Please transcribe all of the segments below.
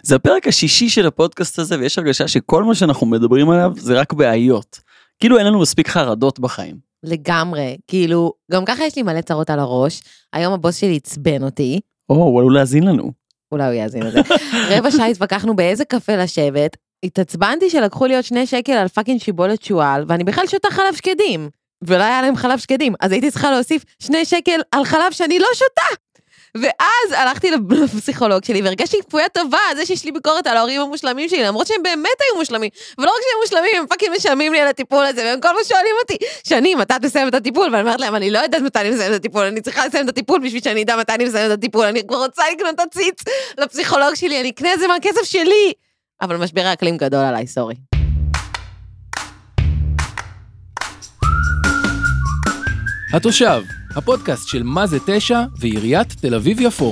זה הפרק השישי של הפודקאסט הזה, ויש הרגשה שכל מה שאנחנו מדברים עליו זה רק בעיות. כאילו אין לנו מספיק חרדות בחיים. לגמרי, כאילו, גם ככה יש לי מלא צרות על הראש, היום הבוס שלי הצבן אותי. הוא עלול להזין לנו. אולי הוא יאזין לזה. רבע שעה התווכחנו באיזה קפה לשבת, התעצבנתי שלקחו לי עוד 2 שקל על פאקינג שיבולת שואל, ואני בכלל שותה חלב שקדים, ולא היה להם חלב שקדים, אז הייתי צריכה להוסיף 2 שקל על חלב שאני לא שותה. ואז הלכתי לפסיכולוג שלי, והרגשתי כפויה טובה, זה שיש לי ביקורת על ההורים המושלמים שלי, למרות שהם באמת היו מושלמים, ולא רק שהם מושלמים, הם פאקינג משלמים לי על הטיפול הזה, והם כל מה שואלים אותי, שני, מתי את מסיים את הטיפול? ואני אומרת להם, אני לא יודעת מתי אני מסיים את הטיפול, אני צריכה לסיים את הטיפול בשביל שאני אדע מתי אני מסיים את הטיפול, אני כבר רוצה לקנות את הציץ לפסיכולוג שלי, אני אקנה את זה מהכסף שלי. אבל משבר האקלים גדול עליי, סורי. התושב, הפודקאסט של מה זה 9 ועיריית תל אביב יפו.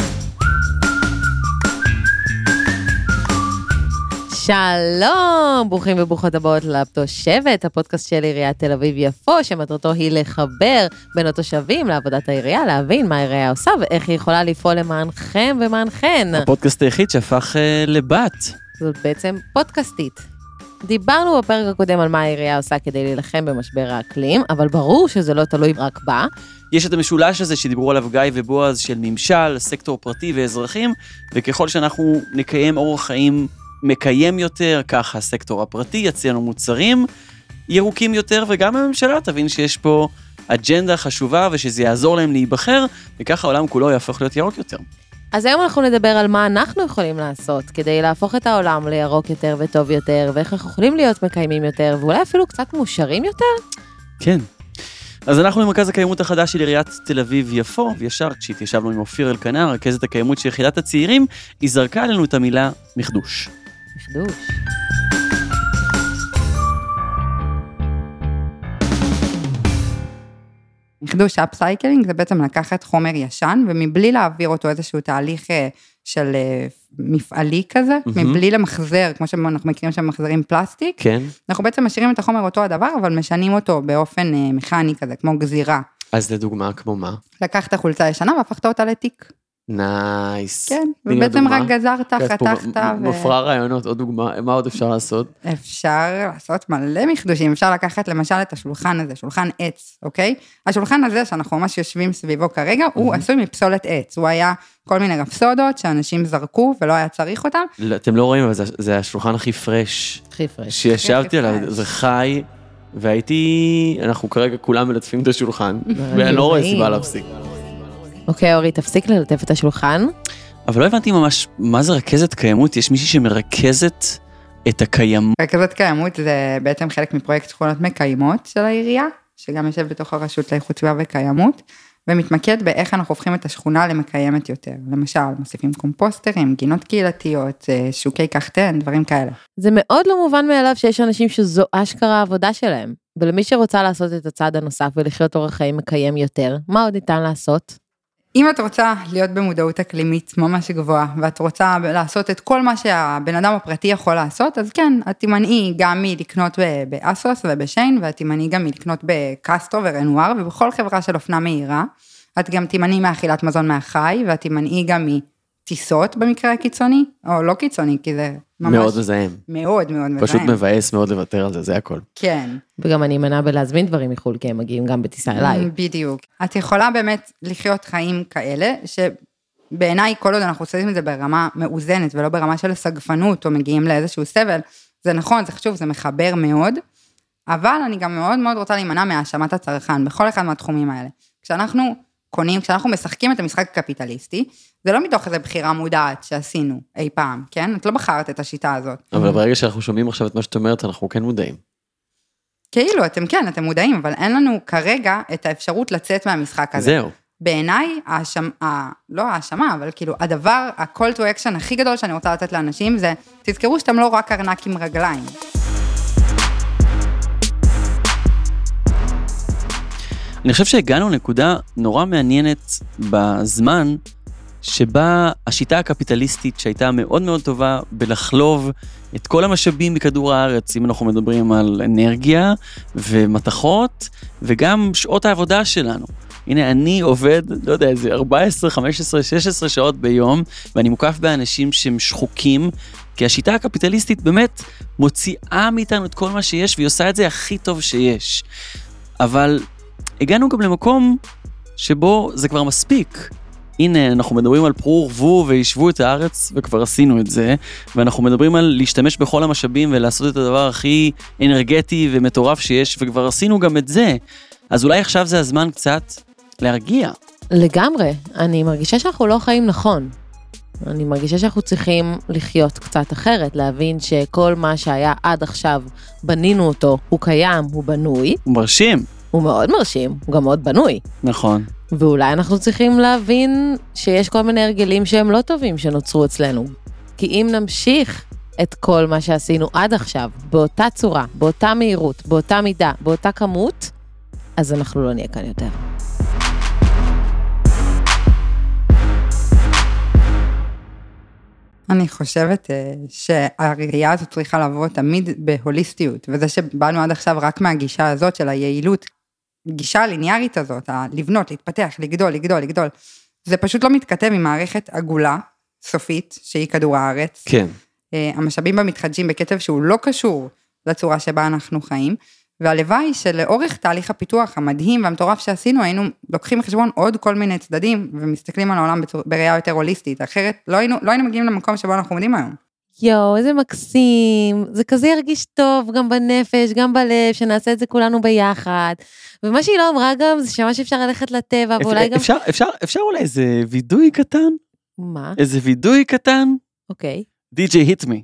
שלום, ברוכים וברוכות הבאות לתושבת, הפודקאסט של עיריית תל אביב יפו, שמטרתו היא לחבר בין התושבים לעבודת העירייה, להבין מה העירייה עושה ואיך היא יכולה לפעול למענכם ומענכן. הפודקאסט היחיד שהפך לבת. זאת בעצם פודקאסטית. דיברנו בפרק הקודם על מה העירייה עושה כדי להילחם במשבר האקלים, אבל ברור שזה לא תלוי רק בה. יש את המשולש הזה שדיברו עליו גיא ובועז של ממשל, סקטור פרטי ואזרחים, וככל שאנחנו נקיים אורח חיים מקיים יותר, ככה הסקטור הפרטי יציע לנו מוצרים ירוקים יותר, וגם הממשלה תבין שיש פה אג'נדה חשובה ושזה יעזור להם להיבחר, וככה העולם כולו יהפוך להיות ירוק יותר. אז היום אנחנו נדבר על מה אנחנו יכולים לעשות כדי להפוך את העולם לירוק יותר וטוב יותר, ואיך אנחנו יכולים להיות מקיימים יותר, ואולי אפילו קצת מאושרים יותר? כן. אז אנחנו במרכז הקיימות החדש של עיריית תל אביב יפו, וישר כשהתיישבנו עם אופיר אלקנה, רכזת הקיימות של יחידת הצעירים, היא זרקה עלינו את המילה מחדוש. מחדוש. מחדוש אפסייקלינג זה בעצם לקחת חומר ישן, ומבלי להעביר אותו איזשהו תהליך של מפעלי כזה, מבלי למחזר, כמו שאנחנו מכירים שמחזרים פלסטיק, כן. אנחנו בעצם משאירים את החומר אותו הדבר, אבל משנים אותו באופן מכני כזה, כמו גזירה. אז לדוגמה, כמו מה? לקחת חולצה ישנה והפכת אותה לתיק. נייס. כן, ובעצם רק גזרת, חתכת. מופרע רעיונות, עוד דוגמה, מה עוד אפשר לעשות? אפשר לעשות מלא מחדושים, אפשר לקחת למשל את השולחן הזה, שולחן עץ, אוקיי? השולחן הזה שאנחנו ממש יושבים סביבו כרגע, הוא עשוי מפסולת עץ, הוא היה כל מיני רפסודות שאנשים זרקו ולא היה צריך אותם. אתם לא רואים, אבל זה השולחן הכי פרש. הכי פרש. שישבתי עליו, זה חי, והייתי, אנחנו כרגע כולם מלטפים את השולחן, ואני לא רואה סיבה להפסיק. אוקיי, אורי, תפסיק ללטף את השולחן. אבל לא הבנתי ממש מה זה רכזת קיימות, יש מישהי שמרכזת את הקיימות. רכזת קיימות זה בעצם חלק מפרויקט שכונות מקיימות של העירייה, שגם יושב בתוך הרשות לאיכות סביבה וקיימות, ומתמקד באיך אנחנו הופכים את השכונה למקיימת יותר. למשל, מוסיפים קומפוסטרים, גינות קהילתיות, שוקי קחתן, דברים כאלה. זה מאוד לא מובן מאליו שיש אנשים שזו אשכרה העבודה שלהם, ולמי שרוצה לעשות את הצעד הנוסף ולחיות אורח חיים מקיים יותר, מה עוד ניתן לעשות? אם את רוצה להיות במודעות אקלימית ממש גבוהה, ואת רוצה לעשות את כל מה שהבן אדם הפרטי יכול לעשות, אז כן, את תימנעי גם מלקנות באסוס ובשיין, ואת תימנעי גם מלקנות בקסטרו ורנואר, ובכל חברה של אופנה מהירה, את גם תימנעי מאכילת מזון מהחי, ואת תימנעי גם מטיסות במקרה הקיצוני, או לא קיצוני, כי זה ממש... מאוד מזהם. מאוד מאוד מזהם. פשוט מבאס מאוד לוותר על זה, זה הכל. כן. וגם אני אמנע בלהזמין דברים מחול, כי הם מגיעים גם בטיסה אליי. בדיוק. את יכולה באמת לחיות חיים כאלה, שבעיניי כל עוד אנחנו עושים את זה ברמה מאוזנת, ולא ברמה של סגפנות, או מגיעים לאיזשהו סבל, זה נכון, זה חשוב, זה מחבר מאוד, אבל אני גם מאוד מאוד רוצה להימנע מהאשמת הצרכן, בכל אחד מהתחומים האלה. כשאנחנו קונים, כשאנחנו משחקים את המשחק הקפיטליסטי, זה לא מתוך איזו בחירה מודעת שעשינו אי פעם, כן? את לא בחרת את השיטה הזאת. אבל ברגע שאנחנו שומעים עכשיו את מה שאת אומרת, אנחנו כן מודעים. כאילו, אתם מודעים, אבל אין לנו כרגע את האפשרות לצאת מהמשחק הזה. זהו. בעיניי, לא האשמה, אבל כאילו, הדבר, ה-call to action הכי גדול שאני רוצה לתת לאנשים, זה, תזכרו שאתם לא רק ארנק עם רגליים. אני חושב שהגענו לנקודה נורא מעניינת בזמן, שבה השיטה הקפיטליסטית שהייתה מאוד מאוד טובה בלחלוב את כל המשאבים בכדור הארץ, אם אנחנו מדברים על אנרגיה ומתכות, וגם שעות העבודה שלנו. הנה, אני עובד, לא יודע, איזה 14, 15, 16 שעות ביום, ואני מוקף באנשים שהם שחוקים, כי השיטה הקפיטליסטית באמת מוציאה מאיתנו את כל מה שיש, והיא עושה את זה הכי טוב שיש. אבל הגענו גם למקום שבו זה כבר מספיק. הנה, אנחנו מדברים על פרו ורבו וישבו את הארץ, וכבר עשינו את זה, ואנחנו מדברים על להשתמש בכל המשאבים ולעשות את הדבר הכי אנרגטי ומטורף שיש, וכבר עשינו גם את זה. אז אולי עכשיו זה הזמן קצת להרגיע. לגמרי. אני מרגישה שאנחנו לא חיים נכון. אני מרגישה שאנחנו צריכים לחיות קצת אחרת, להבין שכל מה שהיה עד עכשיו, בנינו אותו, הוא קיים, הוא בנוי. הוא מרשים. הוא מאוד מרשים, הוא גם מאוד בנוי. נכון. ואולי אנחנו צריכים להבין שיש כל מיני הרגלים שהם לא טובים שנוצרו אצלנו. כי אם נמשיך את כל מה שעשינו עד עכשיו, באותה צורה, באותה מהירות, באותה מידה, באותה כמות, אז אנחנו לא נהיה כאן יותר. אני חושבת שהראייה הזאת צריכה לבוא תמיד בהוליסטיות, וזה שבאנו עד עכשיו רק מהגישה הזאת של היעילות, גישה הליניארית הזאת, לבנות, להתפתח, לגדול, לגדול, לגדול, זה פשוט לא מתכתב עם מערכת עגולה, סופית, שהיא כדור הארץ. כן. המשאבים בה מתחדשים בקצב שהוא לא קשור לצורה שבה אנחנו חיים, והלוואי שלאורך תהליך הפיתוח המדהים והמטורף שעשינו, היינו לוקחים בחשבון עוד כל מיני צדדים, ומסתכלים על העולם בראייה יותר הוליסטית, אחרת לא היינו מגיעים למקום שבו אנחנו עומדים היום. יואו, איזה מקסים, זה כזה ירגיש טוב, גם בנפש, גם בלב, שנעשה את זה כולנו ביחד, ומה שהיא לא אמרה גם, זה שממש אפשר ללכת לטבע, ואולי גם... אפשר אולי איזה וידוי קטן? מה? איזה וידוי קטן? אוקיי. DJ hit me.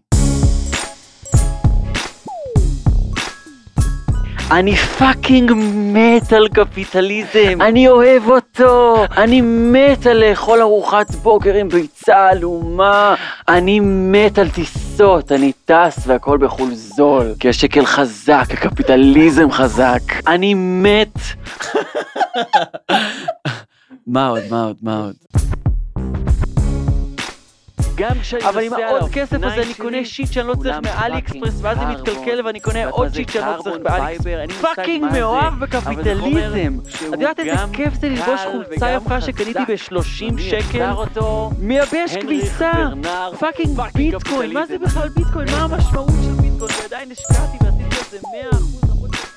אני פאקינג מת על קפיטליזם, אני אוהב אותו, אני מת על לאכול ארוחת בוקר עם ביצה אלומה, אני מת על טיסות, אני טס והכל בחול זול, כי השקל חזק, הקפיטליזם חזק, אני מת. מה עוד? אבל עם העוד כסף הזה אני קונה שיט שאני לא צריך מאלי אקספרס, ואז זה מתקלקל ואני קונה עוד שיט שאני לא צריך באלי אקספרס. אני פאקינג מאוהב בקפיטליזם. את יודעת איזה כיף זה ללבוש חולצה יפה שקניתי ב-30 שקל? מייבש כביסה. פאקינג ביטקוין. מה זה בכלל ביטקוין? מה המשמעות של ביטקוין? ועדיין השקעתי ועשיתי את זה 100%.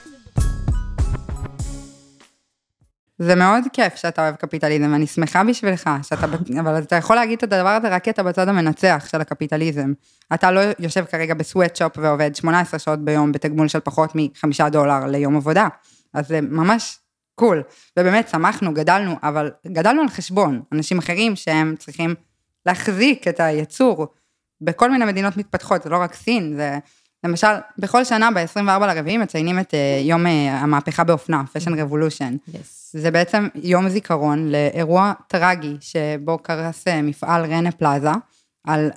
זה מאוד כיף שאתה אוהב קפיטליזם, ואני שמחה בשבילך, אבל אתה יכול להגיד את הדבר הזה רק כי אתה בצד המנצח של הקפיטליזם. אתה לא יושב כרגע בסוויטשופ ועובד 18 שעות ביום בתגמול של פחות $5 ליום עבודה, אז זה ממש קול, ובאמת שמחנו, גדלנו, אבל גדלנו על חשבון, אנשים אחרים שהם צריכים להחזיק את היצור, בכל מיני מדינות מתפתחות, זה לא רק סין, זה... למשל, בכל שנה ב-24/4 מציינים את יום המהפכה באופנה, Fashion Revolution. Yes. זה בעצם יום זיכרון לאירוע טרגי, שבו קרס מפעל רנה פלאזה, על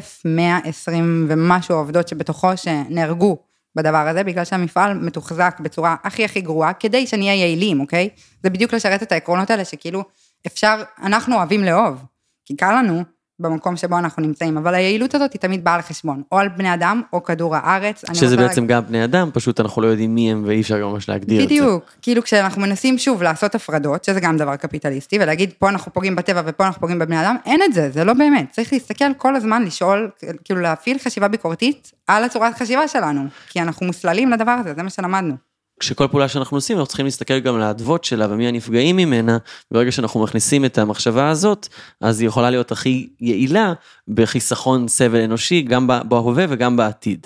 1,120 ומשהו עובדות שבתוכו שנהרגו בדבר הזה, בגלל שהמפעל מתוחזק בצורה הכי גרועה, כדי שנהיה יעילים, אוקיי? זה בדיוק לשרת את העקרונות האלה, שכאילו אפשר, אנחנו אוהבים לאהוב, כי קל לנו, במקום שבו אנחנו נמצאים, אבל היעילות הזאת היא תמיד באה לחשבון, או על בני אדם, או כדור הארץ. שזה בעצם גם בני אדם, פשוט אנחנו לא יודעים מי הם, ואי אפשר גם ממש להגדיר את זה. בדיוק, כאילו כשאנחנו מנסים שוב לעשות הפרדות, שזה גם דבר קפיטליסטי, ולהגיד פה אנחנו פוגעים בטבע, ופה אנחנו פוגעים בבני אדם, אין את זה, זה לא באמת, צריך להסתכל כל הזמן, לשאול, כאילו להפעיל חשיבה ביקורתית, על הצורת חשיבה שלנו, כי אנחנו מוסללים לדבר הזה, זה מה שלמדנו. כשכל פעולה שאנחנו עושים, אנחנו צריכים להסתכל גם על העדבות שלה, ומי הנפגעים ממנה, ברגע שאנחנו מכניסים את המחשבה הזאת, אז היא יכולה להיות הכי יעילה, בחיסכון סבל אנושי, גם בהווה וגם בעתיד.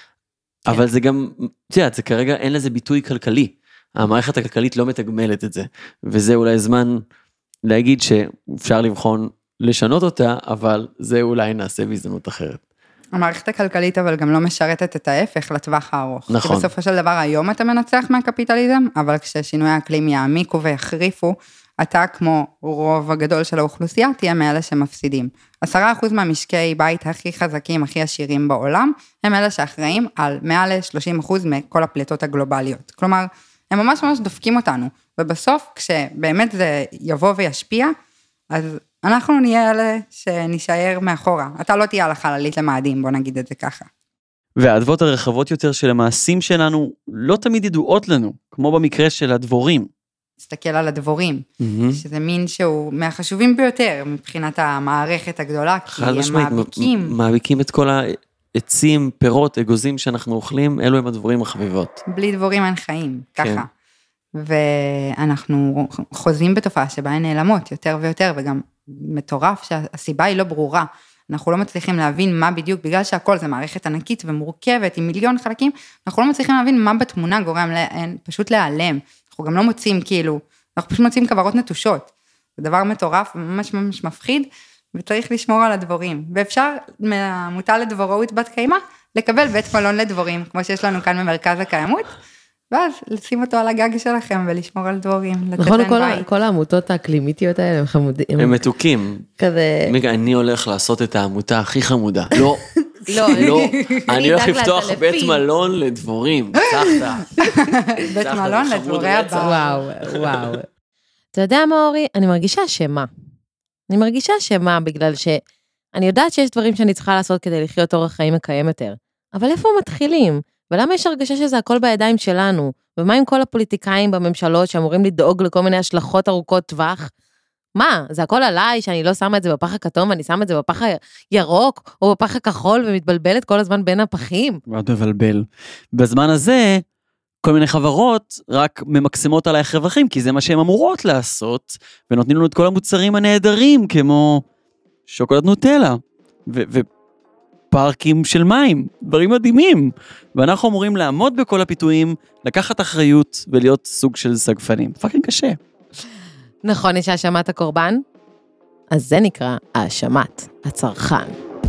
אבל זה גם, תראה, זה כרגע אין לזה ביטוי כלכלי, המערכת הכלכלית לא מתגמלת את זה, וזה אולי זמן להגיד שאפשר לבחון לשנות אותה, אבל זה אולי נעשה בהזדמנות אחרת. המערכת הכלכלית אבל גם לא משרתת את ההפך לטווח הארוך. נכון. כי בסופו של דבר היום אתה מנצח מהקפיטליזם, אבל כששינוי האקלים יעמיקו ויחריפו, אתה כמו רוב הגדול של האוכלוסייה, תהיה מאלה שמפסידים. 10% מהמשקי בית הכי חזקים, הכי עשירים בעולם, הם אלה שאחראים על מעל 30% מכל הפליטות הגלובליות. כלומר, הם ממש דופקים אותנו, ובסוף כשבאמת זה יבוא וישפיע, אז אנחנו נהיה אלה שנשאר מאחורה. אתה לא תהיה על החללית למאדים, בוא נגיד את זה ככה. והעדבות הרחבות יותר של המעשים שלנו לא תמיד ידועות לנו, כמו במקרה של הדבורים. להסתכל על הדבורים, שזה מין שהוא מהחשובים ביותר מבחינת המערכת הגדולה, כי הם מאביקים את כל העצים, פירות, אגוזים שאנחנו אוכלים, אלו הם הדבורים החביבות. בלי דבורים אין חיים, ככה. ואנחנו חוזים בתופעה שבה הן נעלמות יותר ויותר, וגם מטורף שהסיבה היא לא ברורה. אנחנו לא מצליחים להבין מה בדיוק, בגלל שהכל זה מערכת ענקית ומורכבת עם מיליון חלקים, אנחנו לא מצליחים להבין מה בתמונה גורם להן פשוט להיעלם. אנחנו גם לא מוצאים כאילו, אנחנו פשוט מוצאים כברות נטושות. זה דבר מטורף וממש ממש מפחיד, וצריך לשמור על הדבורים. ואפשר מהעמותה לדבוראות בת קיימא, לקבל בית מלון לדבורים, כמו שיש לנו כאן במרכז הקיימות, ואז לשים אותו על הגג שלכם ולשמור על דבורים. נכון, כל העמותות האקלימיתיות האלה הם חמודים. הם מתוקים. כזה... אני הולך לעשות את העמותה הכי חמודה. לא, אני הולך לפתוח בית מלון לדבורים. בית מלון לדבורי הבא. וואו. אתה יודע מה, אורי? אני מרגישה אשמה. אני מרגישה אשמה בגלל שאני יודעת שיש דברים שאני צריכה לעשות כדי לחיות אורח חיים מקיים יותר. אבל איפה מתחילים? ולמה יש הרגשה שזה הכל בידיים שלנו? ומה עם כל הפוליטיקאים בממשלות שאמורים לדאוג לכל מיני השלכות ארוכות טווח? מה? זה הכל עליי שאני לא שמה את זה בפח הכתום, ואני שמה את זה בפח הירוק, או בפח הכחול, ומתבלבלת כל הזמן בין הפחים? מאוד מבלבל. בזמן הזה, כל מיני חברות רק ממקסמות עלייך רווחים, כי זה מה שהן אמורות לעשות, ונותנים לנו את כל המוצרים הנהדרים, כמו שוקולד נוטלה, פארקים של מים, דברים מדהימים, ואנחנו אמורים לעמוד בכל הפיתויים, לקחת אחריות ולהיות סוג של סגפנים. פאקינג קשה. נכון, יש האשמת הקורבן? אז זה נקרא האשמת הצרכן.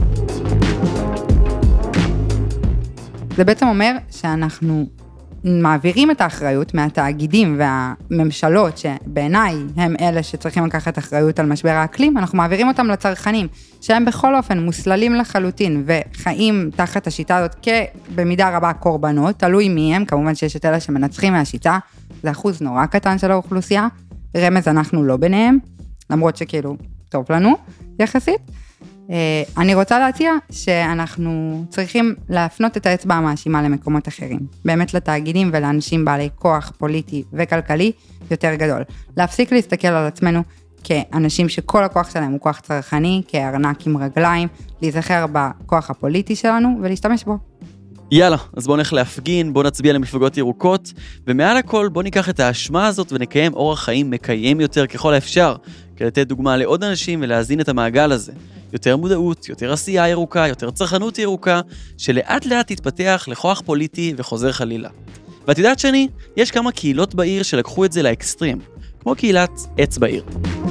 זה בעצם אומר שאנחנו מעבירים את האחריות מהתאגידים והממשלות, שבעיניי הם אלה שצריכים לקחת אחריות על משבר האקלים, אנחנו מעבירים אותם לצרכנים, שהם בכל אופן מוסללים לחלוטין, וחיים תחת השיטה הזאת כבמידה רבה קורבנות, תלוי מי הם, כמובן שיש את אלה שמנצחים מהשיטה, זה אחוז נורא קטן של האוכלוסייה, רמז אנחנו לא ביניהם, למרות שכאילו טוב לנו יחסית, אני רוצה להציע שאנחנו צריכים להפנות את האצבע המאשימה למקומות אחרים, באמת לתאגידים ולאנשים בעלי כוח פוליטי וכלכלי יותר גדול. להפסיק להסתכל על עצמנו כאנשים שכל הכוח שלהם הוא כוח צרכני, כארנק עם רגליים, להיזכר בכוח הפוליטי שלנו ולהשתמש בו. יאללה, אז בואו נלך להפגין, בואו נצביע למפלגות ירוקות, ומעל הכל בואו ניקח את האשמה הזאת ונקיים אורח חיים מקיים יותר ככל האפשר, כדי לתת דוגמה לעוד אנשים ולהזין את המעגל הזה. יותר מודעות, יותר עשייה ירוקה, יותר צרכנות ירוקה, שלאט לאט תתפתח לכוח פוליטי וחוזר חלילה. ואת יודעת שני, יש כמה קהילות בעיר שלקחו את זה לאקסטרים, כמו קהילת עץ בעיר.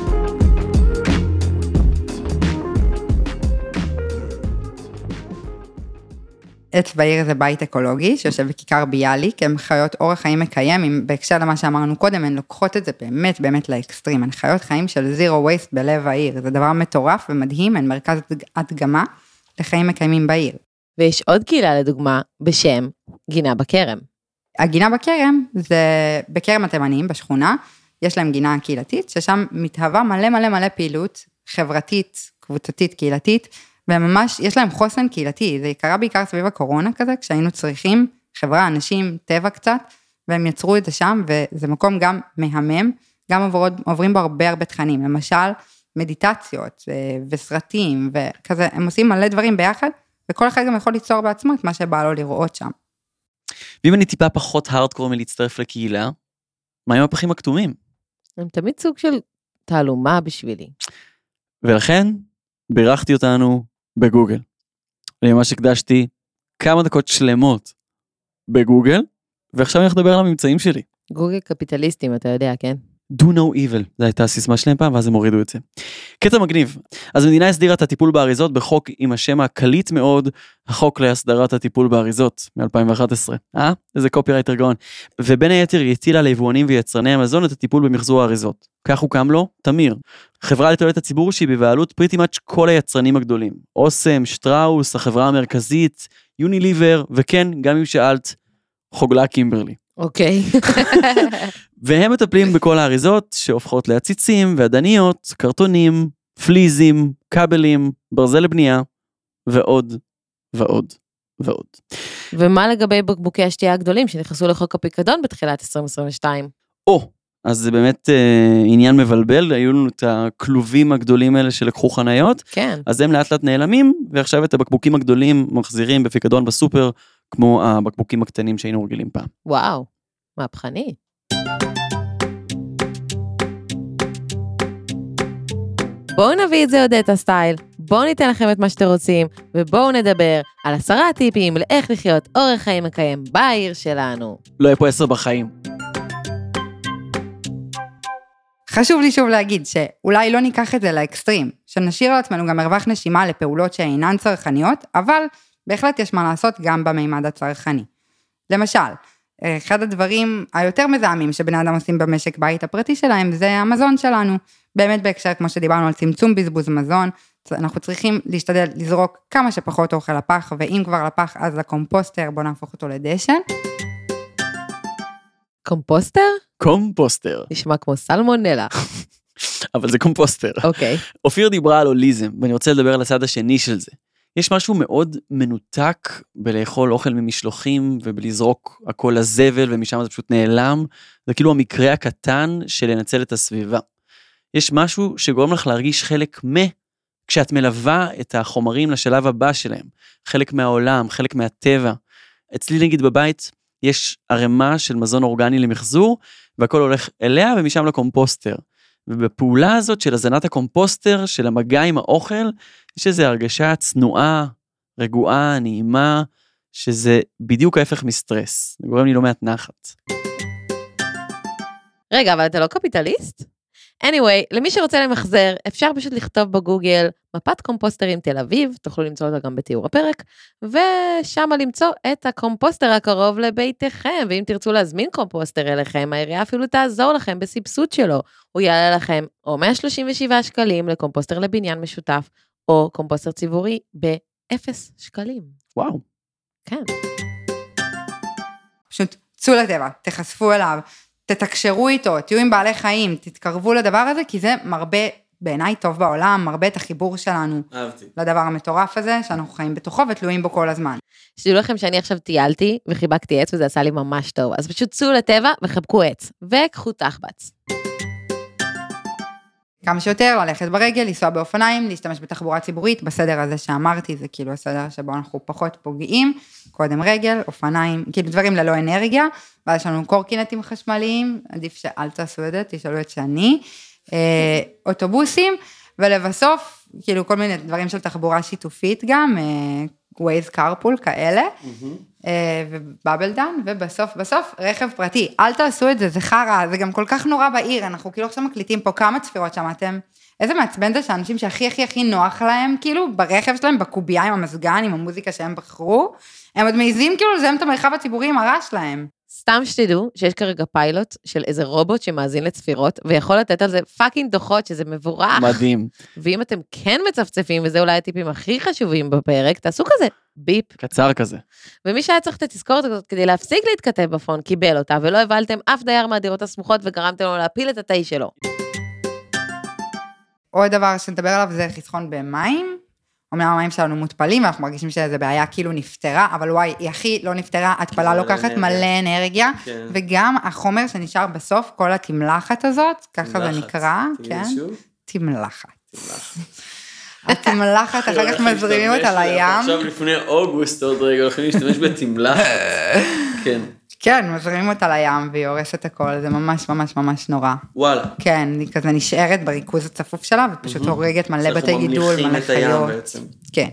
עץ בעיר זה בית אקולוגי, שיושב בכיכר ביאליק, הם חיות אורח חיים מקיים, בהקשר למה שאמרנו קודם, הן לוקחות את זה באמת לאקסטרים, הן חיות חיים של זירו וייסט בלב העיר, זה דבר מטורף ומדהים, הן מרכז הדגמה לחיים מקיימים בעיר. ויש עוד קהילה לדוגמה, בשם גינה בכרם. הגינה בכרם, זה בכרם התימנים בשכונה, יש להם גינה קהילתית, ששם מתהווה מלא פעילות חברתית, קבוצתית, קהילתית, וממש יש להם חוסן קהילתי, זה קרה בעיקר סביב הקורונה כזה, כשהיינו צריכים חברה, אנשים, טבע קצת, והם יצרו את זה שם, וזה מקום גם מהמם, גם עוברים בו הרבה תכנים, למשל מדיטציות וסרטים, וכזה, הם עושים מלא דברים ביחד, וכל אחד גם יכול ליצור בעצמו את מה שבא לו לראות שם. ואם אני טיפה פחות הארדקור מלהצטרף לקהילה, מה עם הפחים הכתומים? הם תמיד סוג של תעלומה בשבילי. ולכן, בירכתי אותנו בגוגל. אני ממש הקדשתי כמה דקות שלמות בגוגל, ועכשיו אני הולך לדבר על הממצאים שלי. גוגל קפיטליסטים, אתה יודע, כן? Do no evil, זו הייתה הסיסמה שלהם פעם, ואז הם הורידו את זה. קטע מגניב. אז המדינה הסדירה את הטיפול באריזות בחוק עם השם הקליט מאוד, החוק להסדרת הטיפול באריזות מ-2011. איזה קופירייטר גאון. ובין היתר היא הטילה ליבואנים ויצרני המזון את הטיפול במחזור האריזות. כך הוקם לו תמיר. חברה לתועלת הציבור שהיא בבעלות pretty much כל היצרנים הגדולים. אוסם, שטראוס, החברה המרכזית, יוניליבר, וכן, גם אם שאלת, חוגלה קימברלי. אוקיי. והם מטפלים בכל האריזות שהופכות לעציצים ועדניות, קרטונים, פליזים, כבלים, ברזל לבנייה, ועוד ועוד ועוד. ומה לגבי בקבוקי השתייה הגדולים שנכנסו לחוק הפיקדון בתחילת 2022? אז זה באמת עניין מבלבל, היו לנו את הכלובים הגדולים האלה שלקחו חניות, כן. אז הם לאט לאט נעלמים, ועכשיו את הבקבוקים הגדולים מחזירים בפיקדון בסופר, כמו הבקבוקים הקטנים שהיינו רגילים פעם. וואו, מהפכני. בואו נביא את זה עוד את הסטייל, בואו ניתן לכם את מה שאתם רוצים, ובואו נדבר על 10 טיפים לאיך לחיות אורח חיים מקיים בעיר שלנו. לא יהיה פה 10 בחיים. חשוב לי שוב להגיד שאולי לא ניקח את זה לאקסטרים, שנשאיר לעצמנו גם מרווח נשימה לפעולות שאינן צרכניות, אבל בהחלט יש מה לעשות גם במימד הצרכני. למשל, אחד הדברים היותר מזהמים שבני אדם עושים במשק בית הפרטי שלהם, זה המזון שלנו. באמת בהקשר, כמו שדיברנו על צמצום בזבוז מזון, אנחנו צריכים להשתדל לזרוק כמה שפחות אוכל לפח, ואם כבר לפח אז לקומפוסטר, בוא נהפוך אותו לדשן. קומפוסטר? קומפוסטר. נשמע כמו סלמונלה. אבל זה קומפוסטר. אוקיי. אופיר דיברה על הוליזם, ואני רוצה לדבר על הצד השני של זה. יש משהו מאוד מנותק בלאכול אוכל ממשלוחים, ובלזרוק הכל לזבל, ומשם זה פשוט נעלם. זה כאילו המקרה הקטן של לנצל את הסביבה. יש משהו שגורם לך להרגיש חלק כשאת מלווה את החומרים לשלב הבא שלהם. חלק מהעולם, חלק מהטבע. אצלי נגיד בבית, יש ערימה של מזון אורגני למחזור, והכל הולך אליה ומשם לקומפוסטר. ובפעולה הזאת של הזנת הקומפוסטר, של המגע עם האוכל, יש איזו הרגשה צנועה, רגועה, נעימה, שזה בדיוק ההפך מסטרס. זה גורם לי לא מעט נחת. רגע, אבל אתה לא קפיטליסט? anyway, למי שרוצה למחזר, אפשר פשוט לכתוב בגוגל מפת קומפוסטרים תל אביב, תוכלו למצוא אותה גם בתיאור הפרק, ושם למצוא את הקומפוסטר הקרוב לביתכם, ואם תרצו להזמין קומפוסטר אליכם, העירייה אפילו תעזור לכם בסבסוד שלו, הוא יעלה לכם או 137 שקלים לקומפוסטר לבניין משותף, או קומפוסטר ציבורי ב-0 שקלים. וואו. כן. פשוט צאו לטבע, תחשפו אליו, תתקשרו איתו, תהיו עם בעלי חיים, תתקרבו לדבר הזה, כי זה מרבה בעיניי טוב בעולם, מרבה את החיבור שלנו לדבר המטורף הזה, שאנחנו חיים בתוכו ותלויים בו כל הזמן. שתדעו לכם שאני עכשיו טיילתי וחיבקתי עץ, וזה עשה לי ממש טוב, אז פשוט צאו לטבע וחבקו עץ, וקחו תחבץ. כמה שיותר, ללכת ברגל, לנסוע באופניים, להשתמש בתחבורה ציבורית, בסדר הזה שאמרתי, זה כאילו הסדר שבו אנחנו פחות פוגעים, קודם רגל, אופניים, כאילו דברים ללא אנרגיה, ואז יש לנו קורקינטים חשמליים, עדיף שאל תעשו את זה, תשאלו את שאני, אוטובוסים, ולבסוף, כאילו כל מיני דברים של תחבורה שיתופית גם, ווייז קארפול כאלה, ובאבלדן, ובסוף רכב פרטי, אל תעשו את זה, זה חרה, זה גם כל כך נורא בעיר, אנחנו כאילו עכשיו מקליטים פה כמה צפירות שמעתם, איזה מעצבן זה שאנשים שהכי נוח להם, כאילו ברכב שלהם, בקובייה עם המזגן, עם המוזיקה שהם בחרו, הם עוד מעיזים כאילו לזהם את המרחב הציבורי עם הרעש שלהם. סתם שתדעו שיש כרגע פיילוט של איזה רובוט שמאזין לצפירות, ויכול לתת על זה פאקינג דוחות, שזה מבורך. מדהים. ואם אתם כן מצפצפים, וזה אולי הטיפים הכי חשובים בפרק, תעשו כזה ביפ. קצר כזה. ומי שהיה צריך את התזכורת הזאת כדי להפסיק להתכתב בפון, קיבל אותה, ולא הבלתם אף דייר מהדירות הסמוכות, וגרמתם לו להפיל את התאי שלו. עוד דבר שנדבר עליו זה חיסכון במים, אומנם המים שלנו מותפלים, ואנחנו מרגישים שזה בעיה כאילו נפטרה, אבל וואי, היא הכי לא נפטרה, התפלה לוקחת מלא אנרגיה, וגם החומר שנשאר בסוף, כל התמלחת הזאת, ככה זה נקרא, כן? תמלחת. התמלחת, אחר כך מזרימים אותה לים. עכשיו לפני אוגוסט עוד רגע, הולכים להשתמש בתמלחת. כן. כן, מזרימים אותה לים, והיא הורסת הכל, זה ממש ממש ממש נורא. וואלה. כן, היא כזה נשארת בריכוז הצפוף שלה, ופשוט הורגת מלא בתי גידול, מלא חיות. כן.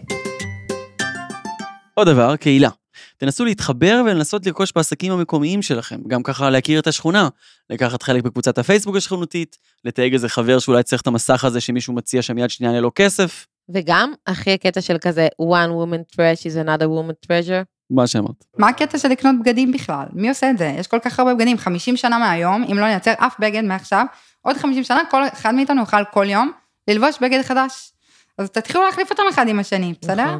עוד דבר, קהילה. תנסו להתחבר ולנסות לרכוש בעסקים המקומיים שלכם, גם ככה להכיר את השכונה, לקחת חלק בקבוצת הפייסבוק השכונותית, לתייג איזה חבר שאולי צריך את המסך הזה שמישהו מציע שם יד שנייה ללא כסף. וגם, אחרי הקטע של כזה, one woman trash is another woman treasure. מה שאמרת? מה הקטע של לקנות בגדים בכלל? מי עושה את זה? יש כל כך הרבה בגדים, 50 שנה מהיום, אם לא נייצר אף בגד מעכשיו, עוד 50 שנה, כל אחד מאיתנו יוכל כל יום ללבוש בגד חדש. אז תתחילו להחליף אותם אחד עם השני, בסדר?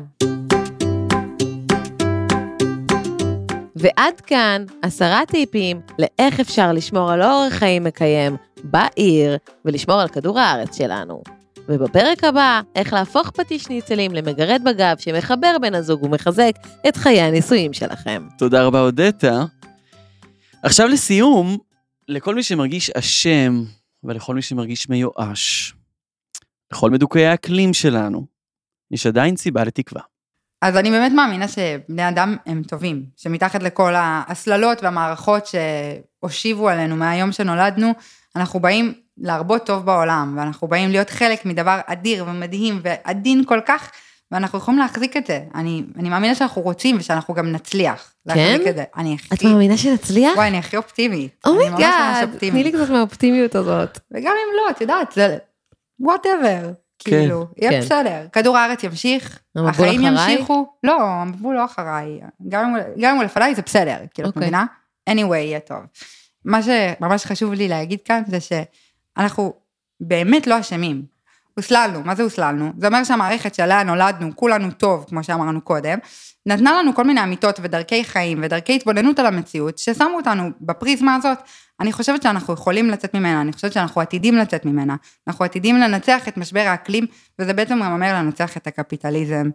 ועד כאן 10 טיפים לאיך אפשר לשמור על אורח חיים מקיים בעיר, ולשמור על כדור הארץ שלנו. ובפרק הבא, איך להפוך פטיש ניצלים למגרד בגב שמחבר בין הזוג ומחזק את חיי הנישואים שלכם. תודה רבה, אודטה. עכשיו לסיום, לכל מי שמרגיש אשם, ולכל מי שמרגיש מיואש, לכל מדוכאי האקלים שלנו, יש עדיין סיבה לתקווה. אז אני באמת מאמינה שבני אדם הם טובים, שמתחת לכל ההסללות והמערכות שהושיבו עלינו מהיום שנולדנו, אנחנו באים להרבות טוב בעולם, ואנחנו באים להיות חלק מדבר אדיר ומדהים ועדין כל כך, ואנחנו יכולים להחזיק את זה. אני מאמינה שאנחנו רוצים ושאנחנו גם נצליח להחזיק את זה. את מאמינה שנצליח? וואי, אני הכי אופטימית. אומייגאד, תני לי קצת מהאופטימיות הזאת. וגם אם לא, את יודעת, זה whatever. כאילו, יהיה בסדר. כדור הארץ ימשיך, החיים ימשיכו. לא, המבול לא אחריי. גם אם הוא לפניי זה בסדר, כאילו, את מבינה? anyway, יהיה טוב. מה שממש חשוב לי להגיד כאן, זה שאנחנו באמת לא אשמים. הוסללנו, מה זה הוסללנו? זה אומר שהמערכת שעליה נולדנו, כולנו טוב, כמו שאמרנו קודם, נתנה לנו כל מיני אמיתות ודרכי חיים ודרכי התבוננות על המציאות, ששמו אותנו בפריזמה הזאת. אני חושבת שאנחנו יכולים לצאת ממנה, אני חושבת שאנחנו עתידים לצאת ממנה, אנחנו עתידים לנצח את משבר האקלים, וזה בעצם גם אומר לנצח את הקפיטליזם.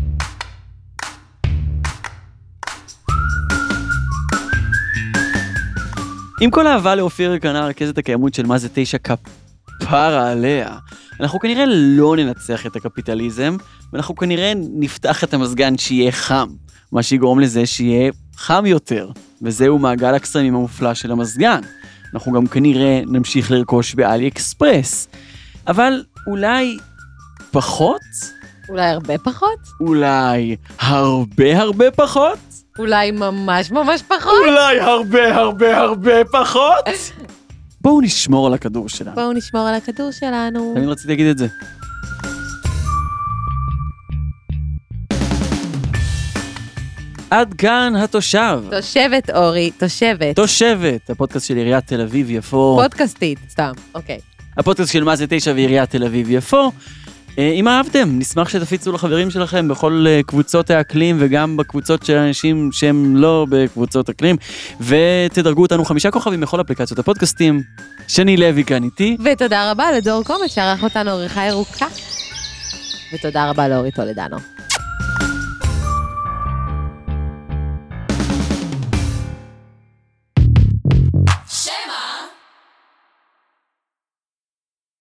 עם כל האהבה לאופיר קנה רכזת הקיימות של מה זה 9 כפרה עליה, אנחנו כנראה לא ננצח את הקפיטליזם, ואנחנו כנראה נפתח את המזגן שיהיה חם, מה שיגרום לזה שיהיה חם יותר, וזהו מעגל הקסמים המופלא של המזגן. אנחנו גם כנראה נמשיך לרכוש באלי אקספרס, אבל אולי פחות? אולי הרבה פחות? אולי הרבה פחות? אולי ממש פחות? אולי הרבה פחות? בואו נשמור על הכדור שלנו. בואו נשמור על הכדור שלנו. אני רציתי להגיד את זה. עד כאן התושב. תושבת אורי, תושבת. תושבת, הפודקאסט של עיריית תל אביב יפו. פודקאסטית, סתם, אוקיי. הפודקאסט של מה זה 9 ועיריית תל אביב יפו. אם אהבתם, נשמח שתפיצו לחברים שלכם בכל קבוצות האקלים וגם בקבוצות של אנשים שהם לא בקבוצות אקלים, ותדרגו אותנו 5 כוכבים בכל אפליקציות הפודקאסטים. שני לוי כאן איתי. ותודה רבה לדור קומץ שערך אותנו עריכה ירוקה. ותודה רבה לאורי טולדנו.